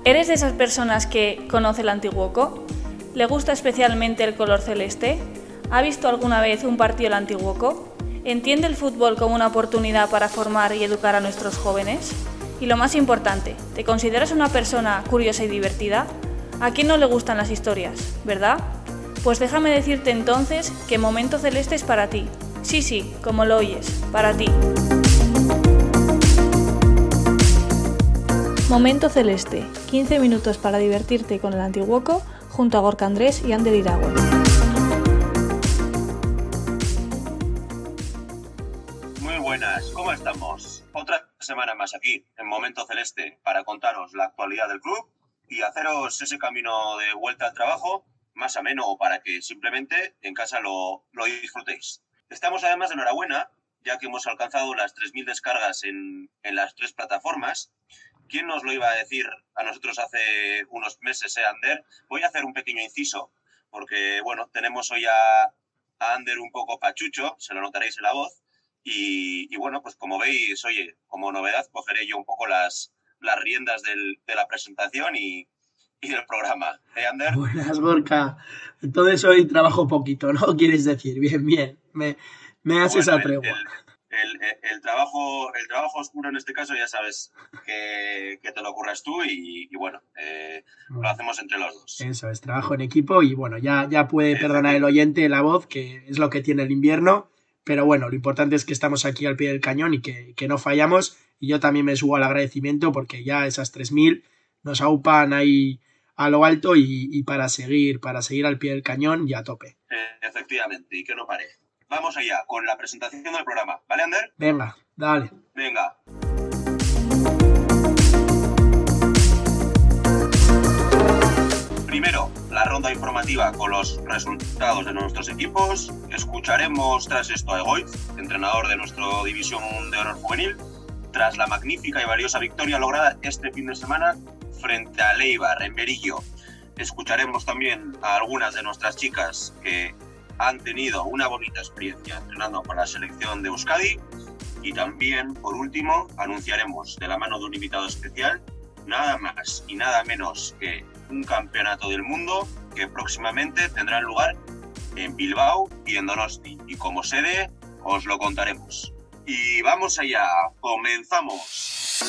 ¿Eres de esas personas que conoce el Antiguoco? ¿Le gusta especialmente el color celeste? ¿Ha visto alguna vez un partido del Antiguoco? ¿Entiende el fútbol como una oportunidad para formar y educar a nuestros jóvenes? Y lo más importante, ¿te consideras una persona curiosa y divertida? ¿A quién no le gustan las historias, verdad? Pues déjame decirte entonces que Momento Celeste es para ti. Sí, como lo oyes, para ti. Momento Celeste, 15 minutos para divertirte con el Antiguoco junto a Gorka Andrés y Ander Iragüen. Muy buenas, ¿cómo estamos? Otra semana más aquí, en Momento Celeste, para contaros la actualidad del club y haceros ese camino de vuelta al trabajo más ameno o para que simplemente en casa lo disfrutéis. Estamos además de enhorabuena, ya que hemos alcanzado las 3.000 descargas en las 3 plataformas. ¿Quién nos lo iba a decir a nosotros hace unos meses, Ander? Voy a hacer un pequeño inciso, porque bueno, tenemos hoy a Ander un poco pachucho, se lo notaréis en la voz, y bueno, pues como veis, oye, como novedad cogeré yo un poco las riendas de la presentación y del programa. ¿Ander? Buenas, Gorka. Entonces hoy trabajo poquito, ¿no? ¿Quieres decir? Bien. Me haces esa tregua. El trabajo oscuro en este caso ya sabes que te lo ocurras tú y bueno, lo hacemos entre los dos. Eso es, trabajo en equipo y bueno, ya puede perdonar el oyente la voz, que es lo que tiene el invierno, pero bueno, lo importante es que estamos aquí al pie del cañón y que no fallamos, y yo también me subo al agradecimiento porque ya esas 3.000 nos aupan ahí a lo alto y para seguir al pie del cañón y a tope. Efectivamente, y que no pare. Vamos allá con la presentación del programa. ¿Vale, Ander? Venga, dale. Venga. Primero, la ronda informativa con los resultados de nuestros equipos. Escucharemos tras esto a Egoitz, entrenador de nuestra División de Honor Juvenil, tras la magnífica y valiosa victoria lograda este fin de semana frente a Eibar en Berillo. Escucharemos también a algunas de nuestras chicas que han tenido una bonita experiencia entrenando con la selección de Euskadi, y también, por último, anunciaremos de la mano de un invitado especial nada más y nada menos que un campeonato del mundo que próximamente tendrá lugar en Bilbao y en Donosti, y como sede os lo contaremos. Y vamos allá, comenzamos.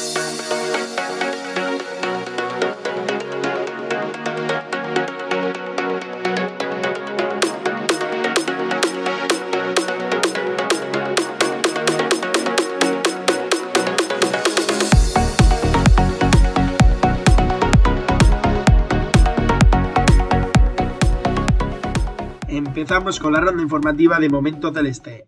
Empezamos con la ronda informativa de Momento Celeste.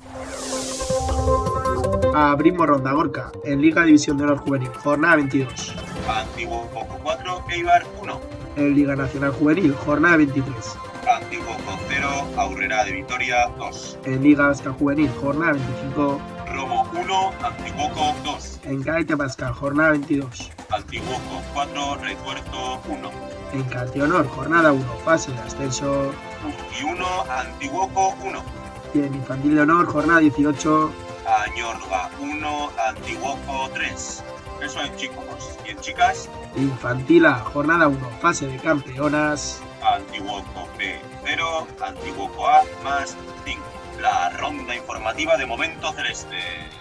Abrimos ronda, Gorka, en Liga División de Honor Juvenil, jornada 22. Antiguoco 4, Eibar 1. En Liga Nacional Juvenil, jornada 23. Antiguoco 0, Aurrera de Vitoria 2. En Liga Vasca Juvenil, jornada 25. Robo 1, Antiguoco 2. En Cadete Pascal, jornada 22. Antiguoco 4, Retuerto 1. En Cateonor, jornada 1, fase de ascenso. Urki 1, Antiguoco 1. Y en Infantil de Honor, jornada 18. Añorga 1, Antiguoco 3. Eso en chicos. ¿Y en chicas? Infantil A, jornada 1, fase de campeonas. Antiguoco B 0, Antiguoco A más 5. La ronda informativa de Momento Celeste.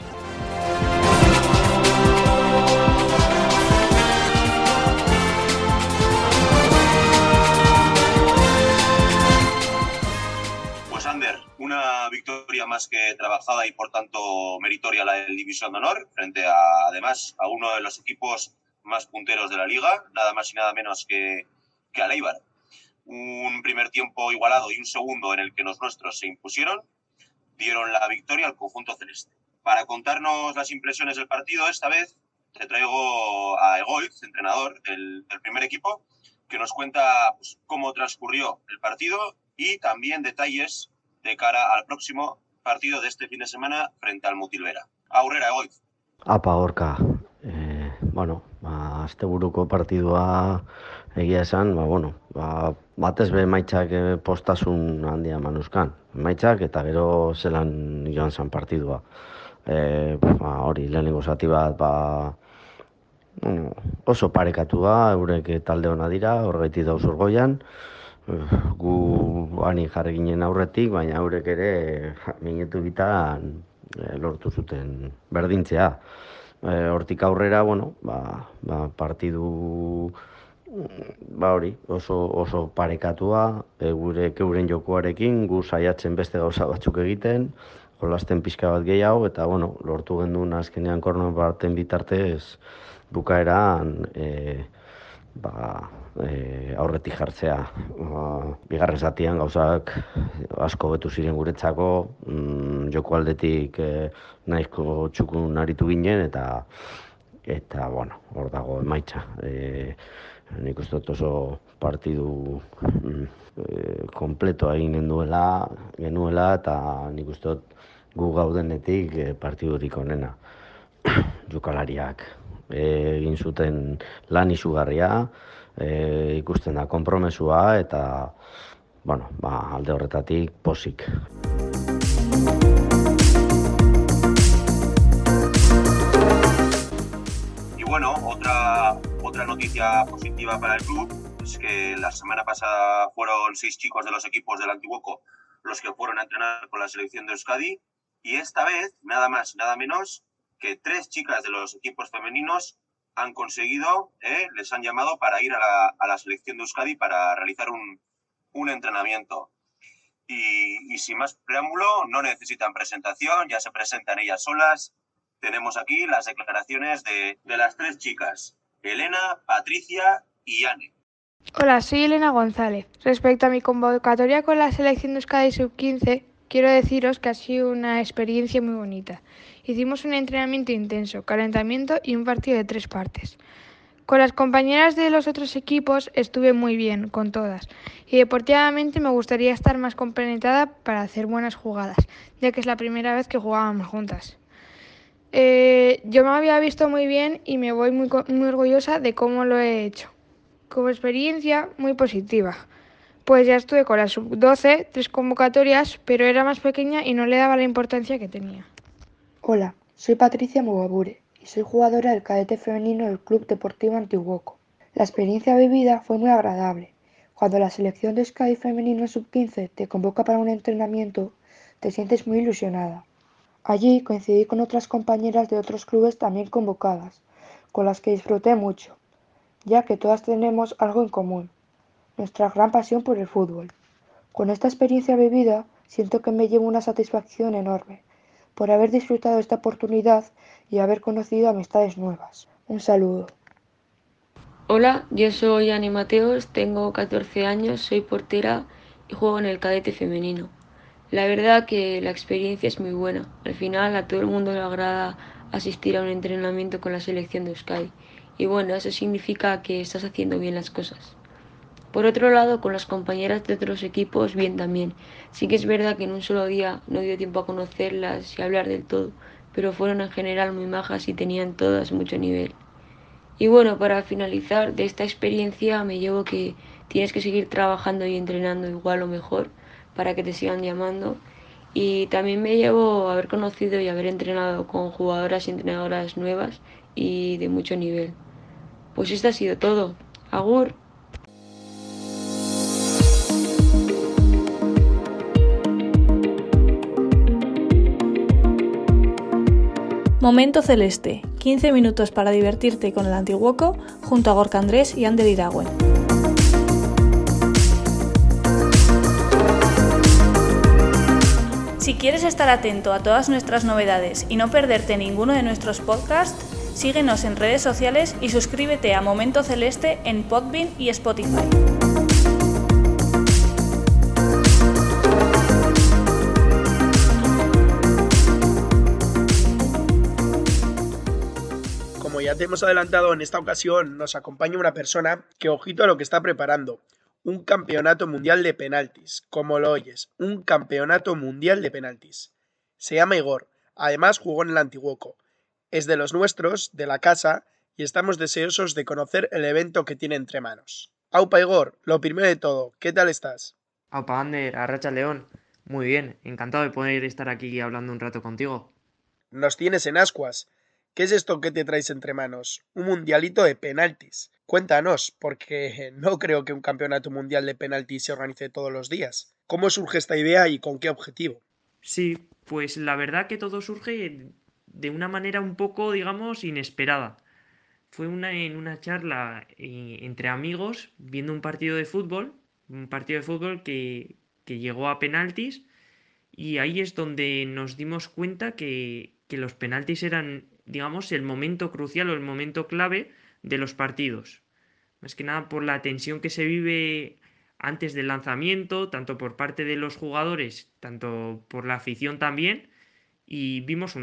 Pues Ander, una victoria más que trabajada y por tanto meritoria la del División de Honor, frente además a uno de los equipos más punteros de la liga, nada más y nada menos que al Eibar. Un primer tiempo igualado y un segundo en el que los nuestros se impusieron, dieron la victoria al conjunto celeste. Para contarnos las impresiones del partido, esta vez te traigo a Egoitz, entrenador del primer equipo, que nos cuenta pues, cómo transcurrió el partido y también detalles de cara al próximo partido de este fin de semana frente al Mutilvera. Aurrera, Egoitz. Apa, Gorka. Asteburuko partidua egia esan, batez be emaitzak postasun handia manuzkan. Emaitzak eta gero zelan joan zen partidua. Hori, lehenengo zati bat, bueno, oso parekatua, eurek talde ona dira, horregatik dauz orgoian. Gu ani jarri ginen aurretik, baina eurek ere minutu bitan lortu zuten berdintzea. Hortik aurrera, bueno, partidu hori, oso parekatua, euren jokoarekin, gu saiatzen beste gauza batzuk egiten, jolasten pixka bat gehiago, eta bueno, lortu genduen azkenean korner baten bitartez bukaeran aurretik jartzea. Bigarren zatian gauzak asko betu ziren guretzako, joko aldetik nahiko txukun aritu ginen, eta bueno, hor dago emaitza. Nik uste dut oso partidu kompletoa egin genuela, eta nik uste dut gu gaudenetik partidurik onena. Jokalariak egin zuten lan izugarria, ikusten da konpromesua, eta bueno, alde horretatik pozik. Y bueno, otra noticia positiva para el club es que la semana pasada fueron 6 chicos de los equipos del Antiguoco los que fueron a entrenar con la selección de Euskadi, y esta vez, nada más, nada menos, que 3 chicas de los equipos femeninos han conseguido, les han llamado para ir a la selección de Euskadi para realizar un entrenamiento. Y sin más preámbulo, no necesitan presentación, ya se presentan ellas solas. Tenemos aquí las declaraciones de las 3 chicas, Elena, Patricia y Anne. Hola, soy Elena González. Respecto a mi convocatoria con la selección de Euskadi Sub-15, quiero deciros que ha sido una experiencia muy bonita. Hicimos un entrenamiento intenso, calentamiento y un partido de 3 partes. Con las compañeras de los otros equipos estuve muy bien, con todas, y deportivamente me gustaría estar más compenetrada para hacer buenas jugadas, ya que es la primera vez que jugábamos juntas. Yo me había visto muy bien y me voy muy orgullosa de cómo lo he hecho. Como experiencia muy positiva, pues ya estuve con la Sub-12, 3 convocatorias, pero era más pequeña y no le daba la importancia que tenía. Hola, soy Patricia Mugabure y soy jugadora del cadete femenino del Club Deportivo Antiguoco. La experiencia vivida fue muy agradable. Cuando la selección de Euskadi femenino Sub-15 te convoca para un entrenamiento, te sientes muy ilusionada. Allí coincidí con otras compañeras de otros clubes también convocadas, con las que disfruté mucho, ya que todas tenemos algo en común, nuestra gran pasión por el fútbol. Con esta experiencia vivida, siento que me llevo una satisfacción enorme por haber disfrutado esta oportunidad y haber conocido amistades nuevas. Un saludo. Hola, yo soy Ani Mateos, tengo 14 años, soy portera y juego en el cadete femenino. La verdad que la experiencia es muy buena. Al final a todo el mundo le agrada asistir a un entrenamiento con la selección de Euskadi. Y bueno, eso significa que estás haciendo bien las cosas. Por otro lado, con las compañeras de otros equipos, bien también. Sí que es verdad que en un solo día no dio tiempo a conocerlas y hablar del todo, pero fueron en general muy majas y tenían todas mucho nivel. Y bueno, para finalizar de esta experiencia me llevo que tienes que seguir trabajando y entrenando igual o mejor para que te sigan llamando. Y también me llevo haber conocido y haber entrenado con jugadoras y entrenadoras nuevas y de mucho nivel. Pues esto ha sido todo. Agur. Momento Celeste, 15 minutos para divertirte con el Antiguoco junto a Gorka Andrés y Ander Iragüen. Si quieres estar atento a todas nuestras novedades y no perderte ninguno de nuestros podcasts, síguenos en redes sociales y suscríbete a Momento Celeste en Podbean y Spotify. Como ya te hemos adelantado, en esta ocasión nos acompaña una persona que, ojito a lo que está preparando, un campeonato mundial de penaltis, como lo oyes, un campeonato mundial de penaltis. Se llama Igor, además jugó en el Antiguoco, es de los nuestros, de la casa, y estamos deseosos de conocer el evento que tiene entre manos. Aupa Igor, lo primero de todo, ¿qué tal estás? Aupa Ander, arratsaldeon. Muy bien, encantado de poder estar aquí hablando un rato contigo. Nos tienes en ascuas. ¿Qué es esto que te traes entre manos? Un mundialito de penaltis. Cuéntanos, porque no creo que un campeonato mundial de penaltis se organice todos los días. ¿Cómo surge esta idea y con qué objetivo? Sí, pues la verdad que todo surge de una manera un poco, digamos, inesperada. Fue en una charla entre amigos viendo un partido de fútbol que llegó a penaltis y ahí es donde nos dimos cuenta que los penaltis eran, digamos, el momento crucial o el momento clave de los partidos. Más que nada por la tensión que se vive antes del lanzamiento, tanto por parte de los jugadores, tanto por la afición también, y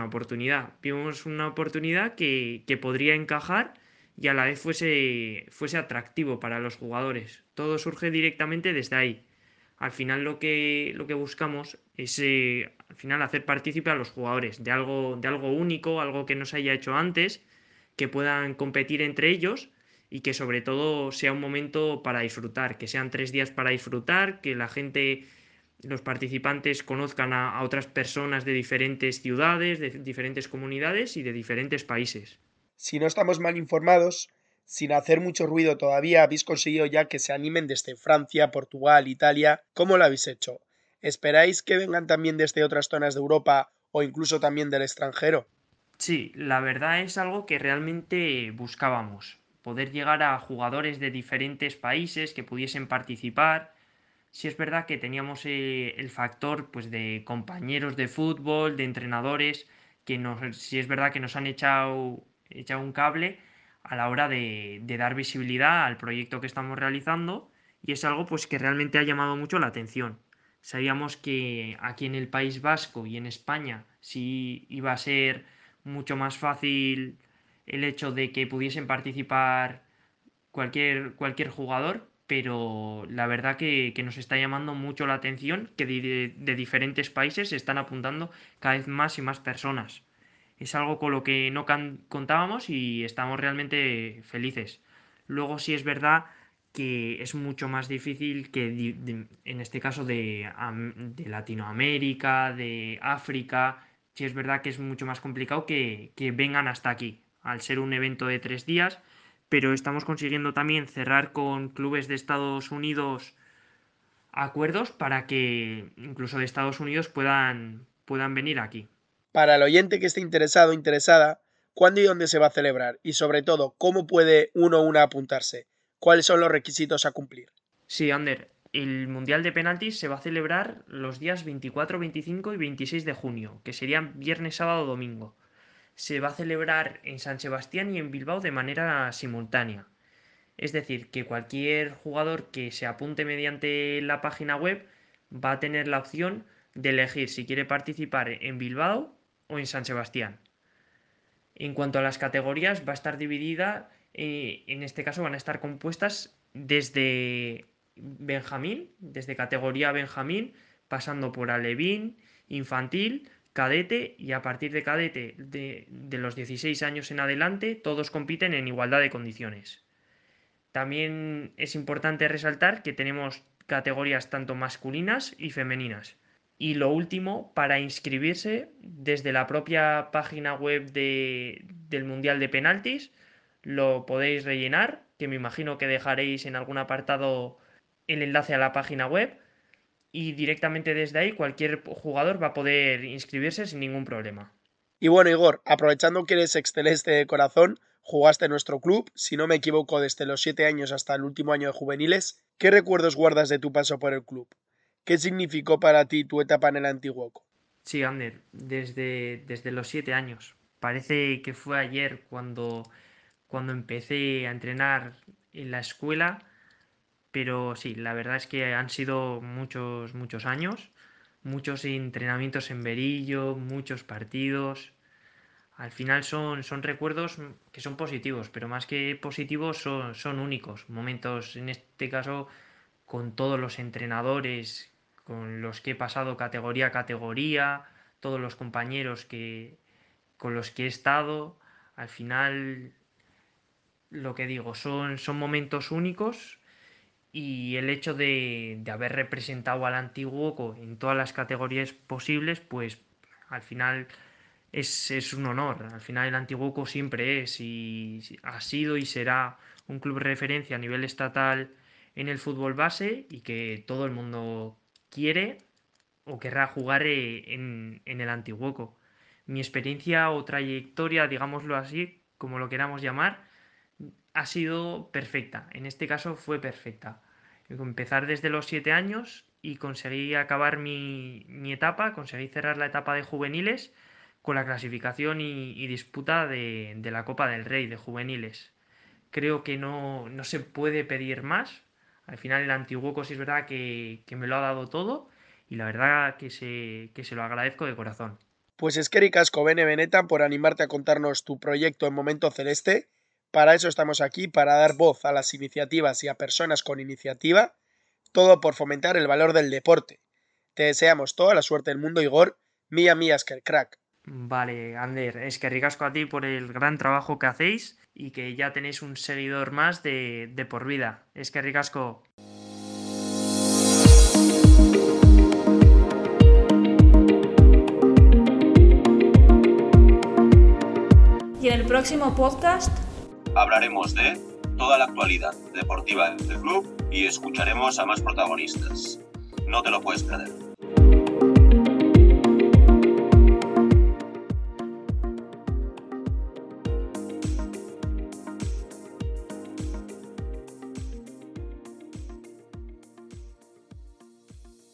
vimos una oportunidad que podría encajar y a la vez fuese atractivo para los jugadores. Todo surge directamente desde ahí. Al final lo que buscamos es al final hacer partícipe a los jugadores de algo único, algo que no se haya hecho antes, que puedan competir entre ellos y que sobre todo sea un momento para disfrutar, que sean 3 días para disfrutar, que la gente, los participantes conozcan a otras personas de diferentes ciudades, de diferentes comunidades y de diferentes países. Si no estamos mal informados, sin hacer mucho ruido todavía, habéis conseguido ya que se animen desde Francia, Portugal, Italia. ¿Cómo lo habéis hecho? ¿Esperáis que vengan también desde otras zonas de Europa o incluso también del extranjero? Sí, la verdad es algo que realmente buscábamos, poder llegar a jugadores de diferentes países que pudiesen participar. Sí es verdad que teníamos el factor pues de compañeros de fútbol, de entrenadores, sí es verdad que nos han echado un cable a la hora de dar visibilidad al proyecto que estamos realizando y es algo pues que realmente ha llamado mucho la atención. Sabíamos que aquí en el País Vasco y en España sí iba a ser mucho más fácil el hecho de que pudiesen participar cualquier jugador, pero la verdad que nos está llamando mucho la atención que de diferentes países se están apuntando cada vez más y más personas. Es algo con lo que no contábamos y estamos realmente felices. Luego sí es verdad que es mucho más difícil que en este caso de Latinoamérica, de África, sí es verdad que es mucho más complicado que vengan hasta aquí, al ser un evento de 3 días, pero estamos consiguiendo también cerrar con clubes de Estados Unidos acuerdos para que incluso de Estados Unidos puedan venir aquí. Para el oyente que esté interesado o interesada, ¿cuándo y dónde se va a celebrar? Y sobre todo, ¿cómo puede uno o una apuntarse? ¿Cuáles son los requisitos a cumplir? Sí, Ander, el Mundial de Penaltis se va a celebrar los días 24, 25 y 26 de junio, que serían viernes, sábado, domingo. Se va a celebrar en San Sebastián y en Bilbao de manera simultánea. Es decir, que cualquier jugador que se apunte mediante la página web va a tener la opción de elegir si quiere participar en Bilbao o en San Sebastián. En cuanto a las categorías, va a estar dividida, en este caso van a estar compuestas desde Benjamín, desde categoría Benjamín, pasando por Alevín, infantil, cadete y a partir de cadete de los 16 años en adelante, todos compiten en igualdad de condiciones. También es importante resaltar que tenemos categorías tanto masculinas y femeninas. Y lo último, para inscribirse desde la propia página web del Mundial de Penaltis, lo podéis rellenar, que me imagino que dejaréis en algún apartado el enlace a la página web y directamente desde ahí cualquier jugador va a poder inscribirse sin ningún problema. Y bueno, Igor, aprovechando que eres excelente de corazón, jugaste en nuestro club, si no me equivoco, desde los 7 años hasta el último año de juveniles. ¿Qué recuerdos guardas de tu paso por el club? ¿Qué significó para ti tu etapa en el Antiguoco? Sí, Ander, desde los 7 años. Parece que fue ayer cuando empecé a entrenar en la escuela, pero sí, la verdad es que han sido muchos, muchos años, muchos entrenamientos en Berillo, muchos partidos. Al final son recuerdos que son positivos, pero más que positivos son únicos. Momentos, en este caso, con todos los entrenadores con los que he pasado categoría a categoría, todos los compañeros con los que he estado. Al final, lo que digo, son momentos únicos y el hecho de haber representado al Antiguoco en todas las categorías posibles, pues al final es un honor. Al final el Antiguoco siempre es y ha sido y será un club referencia a nivel estatal en el fútbol base y que todo el mundo quiere o querrá jugar en el Antiguoco. Mi experiencia o trayectoria, digámoslo así, como lo queramos llamar, ha sido perfecta. En este caso fue perfecta. Empezar desde los 7 años y conseguí acabar mi etapa, conseguí cerrar la etapa de juveniles con la clasificación y disputa de la Copa del Rey de juveniles. Creo que no se puede pedir más. Al final el Antiguoco sí es verdad que me lo ha dado todo y la verdad que se lo agradezco de corazón. Pues eskerrik asko, Bene Benetan, por animarte a contarnos tu proyecto en Momento Celeste. Para eso estamos aquí, para dar voz a las iniciativas y a personas con iniciativa, todo por fomentar el valor del deporte. Te deseamos toda la suerte del mundo, Igor. Mila esker, crack. Vale, Ander, eskerrik asko a ti por el gran trabajo que hacéis y que ya tenéis un seguidor más de por vida. Eskerrik asko. Y en el próximo podcast hablaremos de toda la actualidad deportiva del club y escucharemos a más protagonistas. No te lo puedes perder.